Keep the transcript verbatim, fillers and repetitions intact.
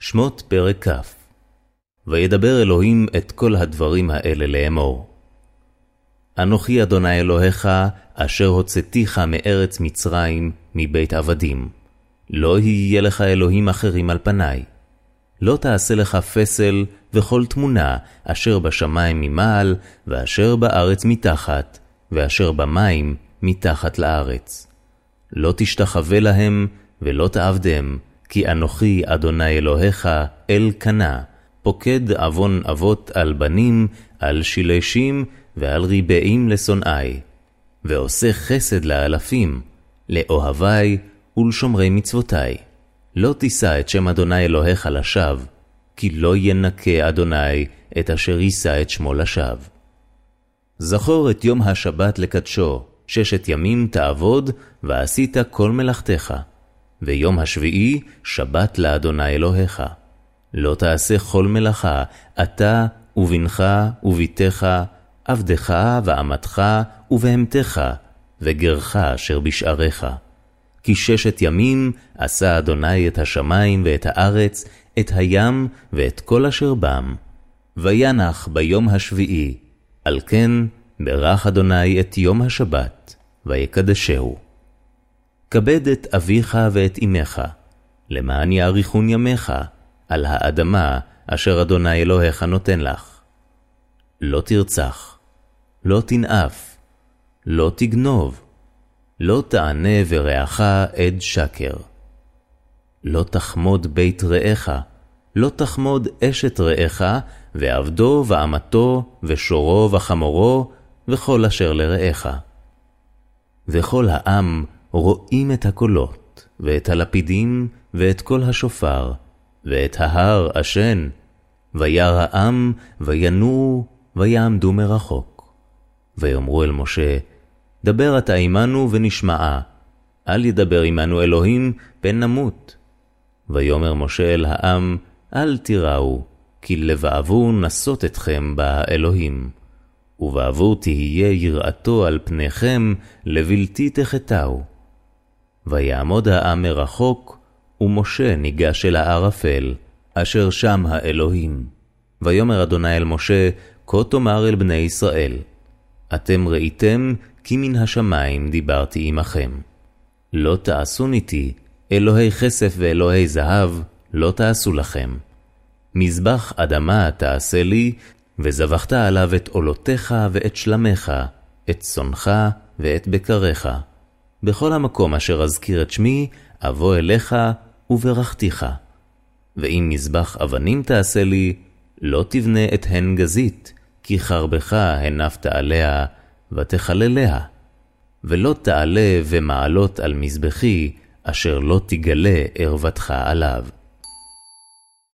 שמות פרק כ'. וידבר אלוהים את כל הדברים האלה לאמור. אנוכי אדוני אלוהיך, אשר הוצאתיך מארץ מצרים, מבית עבדים. לא יהיה לך אלוהים אחרים על פניי. לא תעשה לך פסל וכל תמונה, אשר בשמיים ממעל, ואשר בארץ מתחת, ואשר במים מתחת לארץ. לא תשתחווה להם, ולא תעבדם, כי אנוכי אדוני אלוהיך אל קנה, פוקד עוון אבות על בנים, על שילשים ועל ריבעים לשונאי, ועושה חסד לאלפים, לאוהבי ולשומרי מצוותי. לא תישא את שם אדוני אלוהיך לשווא, כי לא ינקה אדוני את אשר יישא את שמו לשווא. זכור את יום השבת לקדשו, ששת ימים תעבוד, ועשית כל מלאכתך. ויום השביעי שבת לאדוני אלוהיך. לא תעשה כל מלאכה, אתה ובנך וביתך, עבדך ואמתך ובהמתך, וגרך אשר בשעריך. כי ששת ימים עשה אדוני את השמיים ואת הארץ, את הים ואת כל אשר בם. וינח ביום השביעי, על כן ברך אדוני את יום השבת, ויקדשהו. כבד את אביך ואת אמך, למען יאריכון ימיך, על האדמה אשר אדוני אלוהיך נותן לך. לא תרצח, לא תנאף, לא תגנוב, לא תענה ורעך עד שקר. לא תחמוד בית רעך, לא תחמוד אשת רעך, ועבדו ואמתו ושורו וחמורו, וכל אשר לרעך. וכל העם רואים את הקולות, ואת הלפידים, ואת כל השופר, ואת ההר אשן, וירא העם, וינועו, ויעמדו מרחוק. ויאמרו אל משה, דבר אתה עמנו ונשמעה, אל ידבר עמנו אלוהים, פן נמות. ויאמר משה אל העם, אל תיראו, כי לבעבור נסות אתכם באלוהים, ובעבור תהיה יראתו על פניכם, לבלתי תחתהו. ויעמוד העם מרחוק, ומשה ניגש אל הערפל, אשר שם האלוהים. ויאמר אדוני אל משה, כה תאמר אל בני ישראל, אתם ראיתם כי מן השמיים דיברתי עמכם. לא תעשו איתי, אלוהי כסף ואלוהי זהב, לא תעשו לכם. מזבח אדמה תעשה לי, וזבחת עליו את עולותיך ואת שלמך, את צונך ואת בקריך. בכל המקום אשר אזכיר את שמי, אבוא אליך וברכתיך. ואם מזבח אבנים תעשה לי, לא תבנה את הן גזית, כי חרבך הנפת עליה, ותחלליה. ולא תעלה ומעלות על מזבחי, אשר לא תגלה ערוותך עליו.